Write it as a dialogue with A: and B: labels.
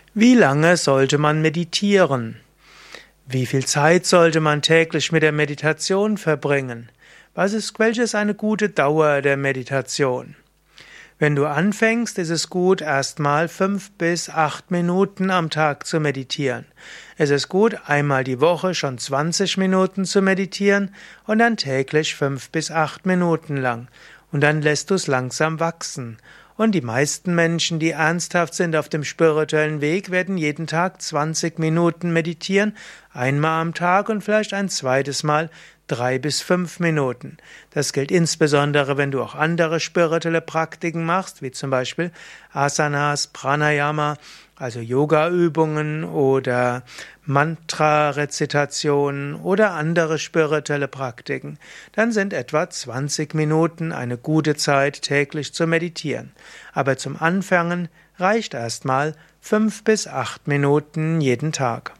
A: Wie lange sollte man meditieren? Wie viel Zeit sollte man täglich mit der Meditation verbringen? Welche ist eine gute Dauer der Meditation? Wenn du anfängst, ist es gut, erstmal 5 bis 8 Minuten am Tag zu meditieren. Es ist gut, einmal die Woche schon 20 Minuten zu meditieren und dann täglich 5 bis 8 Minuten lang. Und dann lässt du es langsam wachsen. Und die meisten Menschen, die ernsthaft sind auf dem spirituellen Weg, werden jeden Tag 20 Minuten meditieren, einmal am Tag und vielleicht ein zweites Mal 3 bis 5 Minuten. Das gilt insbesondere, wenn du auch andere spirituelle Praktiken machst, wie zum Beispiel Asanas, Pranayama, also Yoga-Übungen oder Mantra-Rezitationen oder andere spirituelle Praktiken. Dann sind etwa 20 Minuten eine gute Zeit, täglich zu meditieren. Aber zum Anfangen reicht erstmal 5 bis 8 Minuten jeden Tag.